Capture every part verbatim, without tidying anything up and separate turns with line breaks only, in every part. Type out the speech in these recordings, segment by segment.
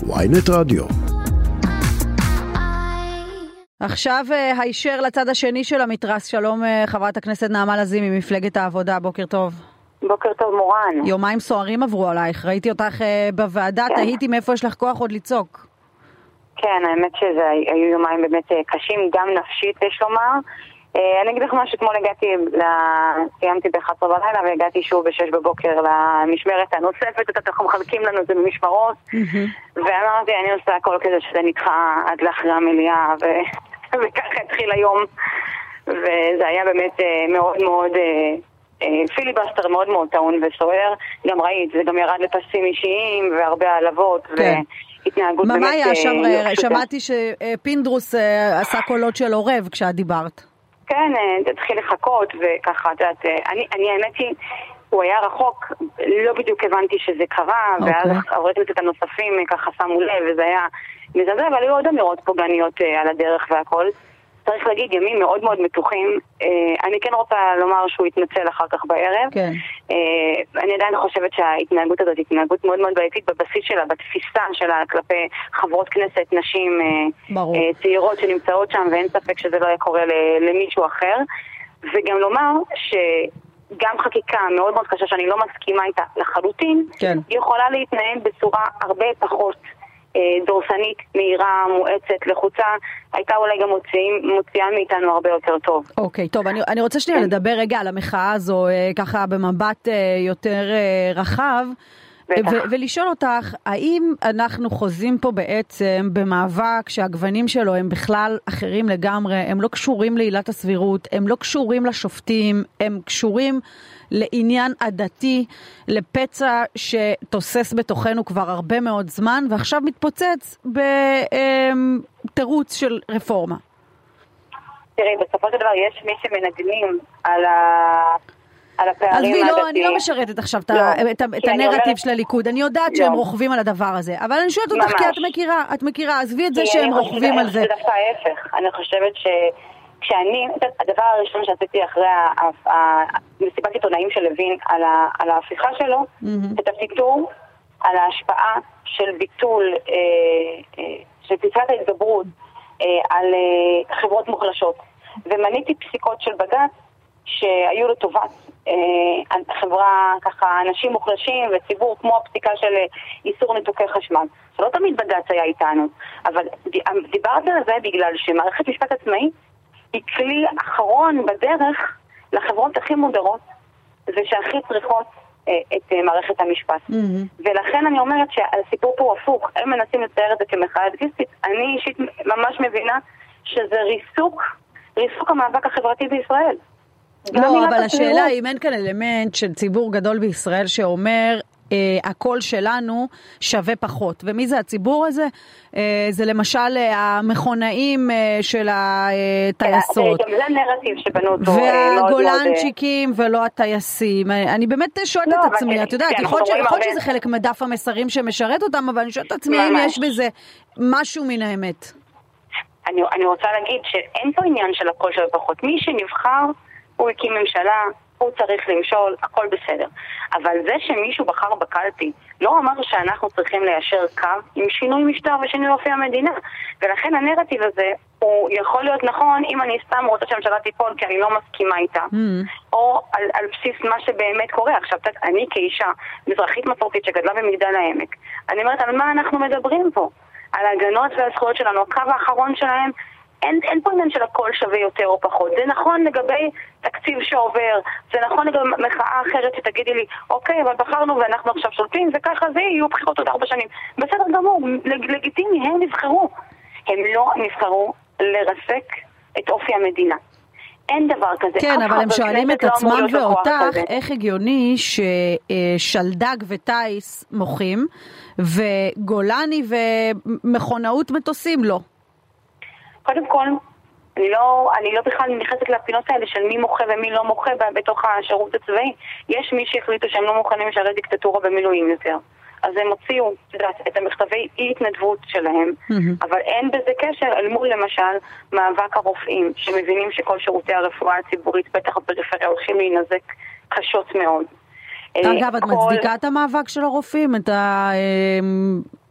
וויינט רדיו.
עכשיו הישר לצד השני של המתרס. שלום חברת הכנסת נעמה לזימי ממפלגת העבודה, בוקר טוב.
בוקר טוב מורן.
יומיים סוערים עברו עלייך, ראיתי אותך בוועדה, כן. תהיתי מאיפה יש לך כוח עוד לצעוק.
כן, האמת שזה היו יומיים באמת קשים, גם נפשית יש לומר. אני אגיד לך משהו, אתמול הגעתי, סיימתי ב-אחת עשרה בלילה והגעתי שוב ב-שש בבוקר למשמרת הנוספת, אנחנו מחלקים לנו את זה במשמרות, ואמרתי, אני עושה הכל כזה שזה נדחה עד לאחרי המליאה, וככה התחיל היום, וזה היה באמת מאוד מאוד, פיליבסטר מאוד מאוד טעון וסוער, גם ראית, זה גם ירד לפסים אישיים והרבה העלבות, והתנהגות באמת...
מה היה שם? שמעתי שפינדרוס עשה קולות של עורב כשאת דיברת.
כן, תתחיל לחכות וככה, את יודעת, אני, אני האמת היא, הוא היה רחוק, לא בדיוק הבנתי שזה קרה, okay. ואז חברי כנסת הנוספים ככה שמו לב, וזה היה מזעזע, אבל היו עוד אמירות פוגעניות על הדרך והכל. צריך להגיד, ימים מאוד מאוד מתוחים. אני כן רוצה לומר שהוא יתנצל אחר כך בערב.
כן.
אני עדיין חושבת שההתנהגות הזאת היא התנהגות מאוד מאוד בעייתית בבסיס שלה, בתפיסה שלה כלפי חברות כנסת, נשים ברור. צעירות שנמצאות שם, ואין ספק שזה לא יקורה למישהו אחר. וגם לומר שגם חקיקה מאוד מאוד קשה שאני לא מסכימה איתה לחלוטין,
כן.
היא יכולה להתנהל בצורה הרבה פחות דורסנית, מהירה, מואצת, לחוצה, הייתה אולי גם מוציאים, מוציאה מאיתנו הרבה יותר טוב.
אוקיי, טוב, אני, אני רוצה שנייה לדבר רגע על המחאה הזו, ככה במבט יותר רחב, ו- ולשאול אותך, האם אנחנו חוזים פה בעצם במאבק שהגוונים שלו הם בכלל אחרים לגמרי, הם לא קשורים לעילת הסבירות, הם לא קשורים לשופטים, הם קשורים לעניין עדתי, לפצע שתוסס בתוכנו כבר הרבה מאוד זמן, ועכשיו מתפוצץ בתירוץ של רפורמה.
תראי, בסופו של דבר יש מי שמנגנים על ה... על הפערים העדתיים.
אז לא, אני לא משרתת עכשיו את הנרטיב של הליכוד, אני יודעת שהם רוכבים על הדבר הזה, אבל אני שואלת אותך כי את מכירה, את מכירה, עזבי את זה שהם רוכבים על זה.
זה דווקא ההפך, אני חושבת ש... כשאני, הדבר הראשון שעשיתי אחרי מסיבת עיתונאים של לוין על ההפיכה שלו, את הפיתור על ההשפעה של ביטול, של פסקת ההתגברות על חברות מוחלשות. ומניתי פסיקות של בג"ץ שהיו לטובת חברה, ככה, אנשים מוחלשים וציבור, כמו הפסיקה של איסור ניתוקי חשמל. זה לא תמיד בג"ץ היה איתנו, אבל דיברתי על זה בגלל שמערכת משפט עצמאית היא כלי אחרון בדרך לחברות הכי מודרות ושהכי צריכות אה, את אה, מערכת המשפט. Mm-hmm. ולכן אני אומרת שהסיפור פה הפוך. הם מנסים לצייר את זה כמחאה אקטיביסטית. אני אישית ממש מבינה שזה ריסוק, ריסוק המאבק החברתי בישראל.
לא, אבל השאלה היא אם אין כאן אלמנט של ציבור גדול בישראל שאומר Uh, הקול שלנו שווה פחות. ומי זה הציבור הזה? Uh, זה למשל uh, המכונאים uh, של הטייסות.
גם זה נרטיב שבנו אותו.
והגולנצ'יקים ולא הטייסים. אני באמת שואלת את עצמי, את יודעת, יכול להיות שזה חלק מדף המסרים שמשרת אותם, אבל אני שואלת את עצמי אם יש בזה משהו מן האמת.
אני, אני רוצה להגיד שאין פה עניין של הקול שווה פחות. מי שנבחר, הוא הקים ממשלה, הוא צריך למשול, הכל בסדר. אבל זה שמישהו בחר בקלפי לא אמר שאנחנו צריכים ליישר קו עם שינוי משטר ושינוי אופי המדינה. ולכן הנרטיב הזה הוא יכול להיות נכון אם אני סתם רוצה שהממשלה תיפול כי אני לא מסכימה איתה. Mm. או על, על בסיס מה שבאמת קורה. עכשיו, אני כאישה מזרחית מסורתית שגדלה במגדל העמק, אני אומרת על מה אנחנו מדברים פה? על ההגנות והזכויות שלנו, הקו האחרון שלהם, אין, אין פה עניין של הכל שווה יותר או פחות. זה נכון לגבי תקציב שעובר, זה נכון לגבי מחאה אחרת שתגידי לי, אוקיי, אבל בחרנו ואנחנו עכשיו שולטים, וככה זה יהיו בחירות עוד ארבע שנים. בסדר גמור, לג, לגיטימי, הם נבחרו. הם לא נבחרו לרסק את אופי המדינה. אין דבר כזה.
כן, אבל הם שואלים את עצמם ואותך, איך הגיוני ששלדג וטייס מוחים, וגולני ומכונאות מטוסים לא.
קודם כל, אני לא, אני לא בכלל נכנסת לפינות האלה של מי מוחה ומי לא מוחה בתוך השירות הצבאי. יש מי שהחליטו שהם לא מוכנים לשרת דיקטטורה במילואים יותר. אז הם הוציאו את המכתבי אי-התנדבות שלהם, mm-hmm. אבל אין בזה קשר אל מול למשל מאבק הרופאים, שמבינים שכל שירותי הרפואה הציבורית בטח בפריפריה הולכים להינזק קשות מאוד.
אגב, את מצדיקה את המאבק של הרופאים? את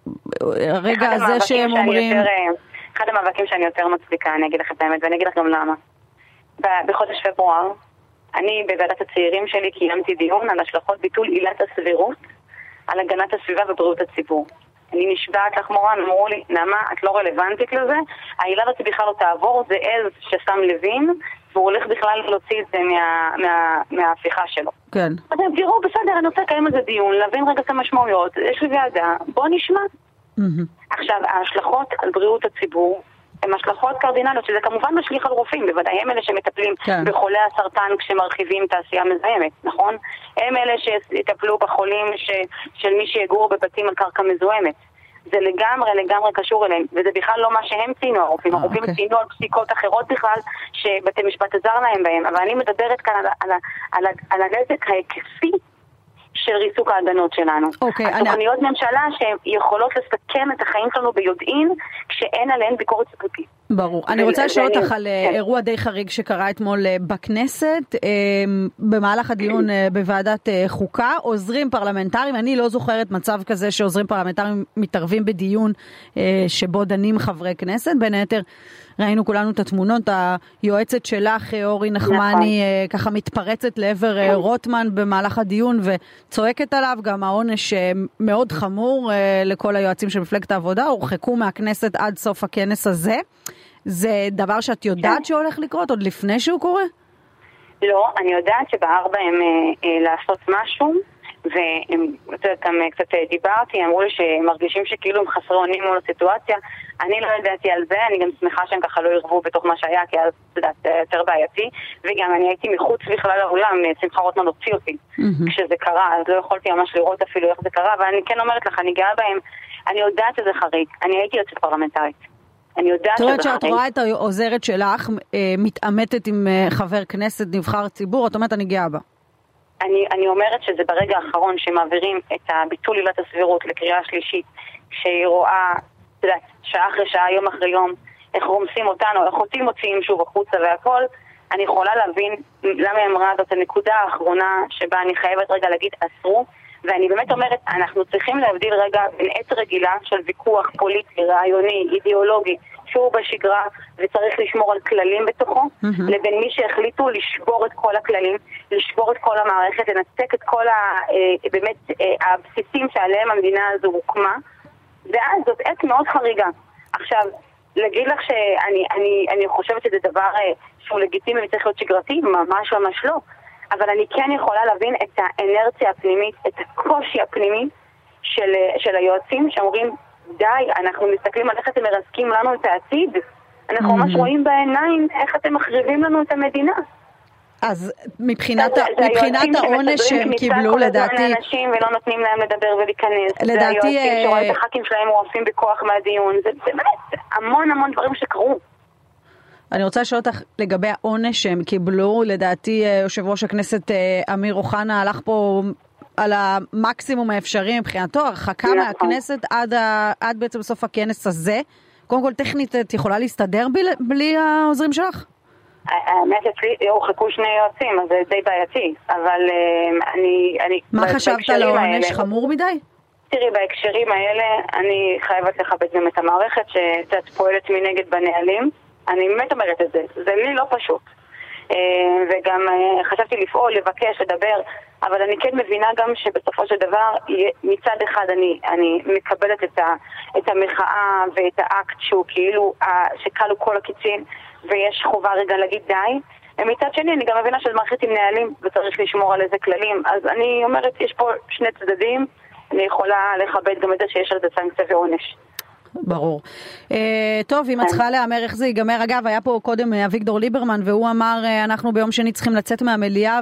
הרגע הזה שהם אומרים...
יותר, אחד המאבקים שאני יותר מצדיקה, אני אגיד לך את האמת, ואני אגיד לך גם למה. בחודש פברואר, אני בוועדת הצעירים שלי קיימתי דיון על השלכות ביטול עילת הסבירות, על הגנת הסביבה ובריאות הציבור. אני נשבעת לך מורן, אמרו לי, נעמה, את לא רלוונטית לזה, העילה הזאת בכלל לא תעבור, זה עז ששם לוין, והוא הולך בכלל להוציא את זה מה, מה, מההפיכה שלו.
כן.
אז הם תראו, בסדר, אני רוצה לקיים איזה דיון, להבין רגע את המשמעויות, יש לי ועדה, בוא נשמע. Mm-hmm. עכשיו, ההשלכות על בריאות הציבור, הן השלכות קרדינליות, שזה כמובן משליך על רופאים, בוודאי הם אלה שמטפלים כן. בחולי הסרטן כשמרחיבים תעשייה מזהמת, נכון? הם אלה שיטפלו בחולים ש... של מי שיגור בבתים על קרקע מזוהמת. זה לגמרי, לגמרי קשור אליהם, וזה בכלל לא מה שהם ציינו, הרופאים. הרופאים okay. ציינו על פסיקות אחרות בכלל, שבתי משפט עזר להם בהם, אבל אני מדברת כאן על, על, על, על הנזק ההיקפי של ריסוק ההגנות שלנו. Okay, התוכניות אני... ממשלה שיכולות לסכם את החיים שלנו ביודעין, כשאין עליהן ביקורת שיפוטית.
ברור. אני רוצה לשאול אותך על אירוע די חריג שקרה אתמול בכנסת, במהלך הדיון בוועדת חוקה, עוזרים פרלמנטריים, אני לא זוכרת מצב כזה שעוזרים פרלמנטריים מתערבים בדיון שבו דנים חברי כנסת, בין היתר ראינו כולנו את התמונות, היועצת שלך, אורי נחמני, ככה מתפרצת לעבר רוטמן במהלך הדיון וצועקת עליו, גם העונש מאוד חמור לכל היועצים של מפלגת העבודה, הורחקו מהכנסת עד סוף הכנס הזה. זה דבר שאת יודעת שהולך לקרות עוד לפני שהוא קורה?
לא, אני יודעת שבארבע הם לעשות משהו, וגם קצת דיברתי, אמרו לי שמרגישים שכאילו הם חסרי אונים מול הסיטואציה. אני לא ידעתי על זה, אני גם שמחה שהם ככה לא ירבו בתוך מה שהיה, כי אז זה יותר בעייתי, וגם אני הייתי מחוץ בכלל לעולם, שמחה רוטמן הוציא אותי כשזה קרה, אז לא יכולתי ממש לראות אפילו איך זה קרה, אבל אני כן אומרת לך, אני גאה בהם, אני יודעת שזה חריג, אני הייתי יוצאת פרלמנטרית. אני יודעת שזה חריג. זאת אומרת שאת רואה
את העוזרת שלך מתעמתת עם חבר כנסת נבחר ציבור, את אומרת אני גאה בה.
אני, אני אומרת שזה ברגע האחרון שמעבירים את הביטול עילת הסבירות לקריאה שלישית, שהיא רואה, תדעת, שעה אחרי שעה, יום אחרי יום, איך רומסים אותנו, איך אותי מוציאים שוב החוצה והכל, אני יכולה להבין למה היא אמרה זאת הנקודה האחרונה שבה אני חייבת רגע להגיד אסרו, ואני באמת אומרת, אנחנו צריכים להבדיל רגע בין עת רגילה של ויכוח פוליטי, רעיוני, אידיאולוגי, שהוא בשגרה וצריך לשמור על כללים בתוכו, mm-hmm. לבין מי שהחליטו לשבור את כל הכללים, לשבור את כל המערכת, לנתק את כל ה, אה, באמת, אה, הבסיסים שעליהם המדינה הזו הוקמה, ואז זאת עת מאוד חריגה. עכשיו, להגיד לך שאני אני, אני חושבת שזה דבר אה, שהוא לגיטימי וצריך להיות שגרתי, ממש ממש לא. אבל אני כן יכולה להבין את האנרציה הפנימית, את הקושי הפנימי של, של היועצים שאומרים, די, אנחנו מסתכלים על איך אתם מרסקים לנו את העתיד. אנחנו mm-hmm. ממש רואים בעיניים איך אתם מחריבים לנו את המדינה.
אז מבחינת, מבחינת העונש שהם קיבלו, לדעתי...
זה האנשים ולא נותנים להם לדבר ולהיכנס. לדעתי... זה היועצים שרואים את הח"כים שלהם מועפים בכוח מהדיון. זה באמת המון המון דברים שקרו.
אני רוצה לשאול אותך לגבי העונש שהם קיבלו. לדעתי יושב ראש הכנסת אמיר אוחנה הלך פה על המקסימום האפשרי מבחינתו, הרחקה נכון. מהכנסת עד, ה... עד בעצם סוף הכנס הזה. קודם כל טכנית את יכולה להסתדר בלי, בלי העוזרים שלך?
האמת אצלי הורחקו שני יועצים, אז זה די בעייתי, אבל אני... אני
מה חשבת על העונש? חמור מדי?
תראי, בהקשרים האלה אני חייבת לכבד גם את המערכת שאת פועלת מנגד בנהלים. אני באמת אומרת את זה, זה לי לא פשוט. וגם חשבתי לפעול, לבקש, לדבר, אבל אני כן מבינה גם שבסופו של דבר מצד אחד אני, אני מקבלת את, ה, את המחאה ואת האקט שהוא כאילו, שקלו כל הקיצין, ויש חובה רגע להגיד די, ומצד שני אני גם מבינה שזה מערכת עם נהלים וצריך לשמור על איזה כללים, אז אני אומרת יש פה שני צדדים, אני יכולה לכבד גם את זה שיש על זה סנקציה ועונש.
ברור. Uh, טוב, אם את צריכה לאמר איך זה ייגמר, אגב, היה פה קודם אביגדור ליברמן, והוא אמר, uh, אנחנו ביום שני צריכים לצאת מהמליאה,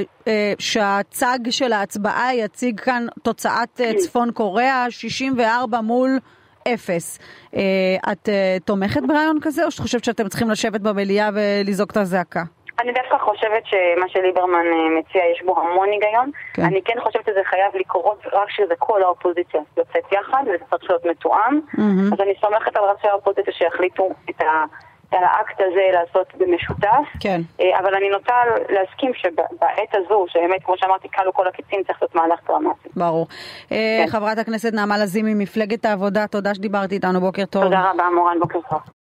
ושהצג uh, של ההצבעה יציג כאן תוצאת uh, צפון קוריאה, שישים וארבע מול אפס. Uh, את uh, תומכת ברעיון כזה, או שאת חושבת שאתם צריכים לשבת במליאה ולזעוק את הזעקה?
אני דווקא חושבת שמה שליברמן מציע יש בו המון היגיון. כן. אני כן חושבת שזה חייב לקרות רק שזה כל האופוזיציה יוצאת יחד, וזה צריך להיות מתואם. Mm-hmm. אז אני סומכת על ראשי האופוזיציה שיחליטו את, ה, על האקט הזה לעשות במשותף.
כן.
אבל אני נוטה להסכים שבעת הזו, שבאמת, כמו שאמרתי, קלו כל הקיצים, צריך להיות מהלך דרמטי.
ברור. כן. חברת הכנסת נעמה לזימי, מפלגת העבודה, תודה שדיברתי איתנו, בוקר טוב.
תודה רבה, מורן, בוקר טוב.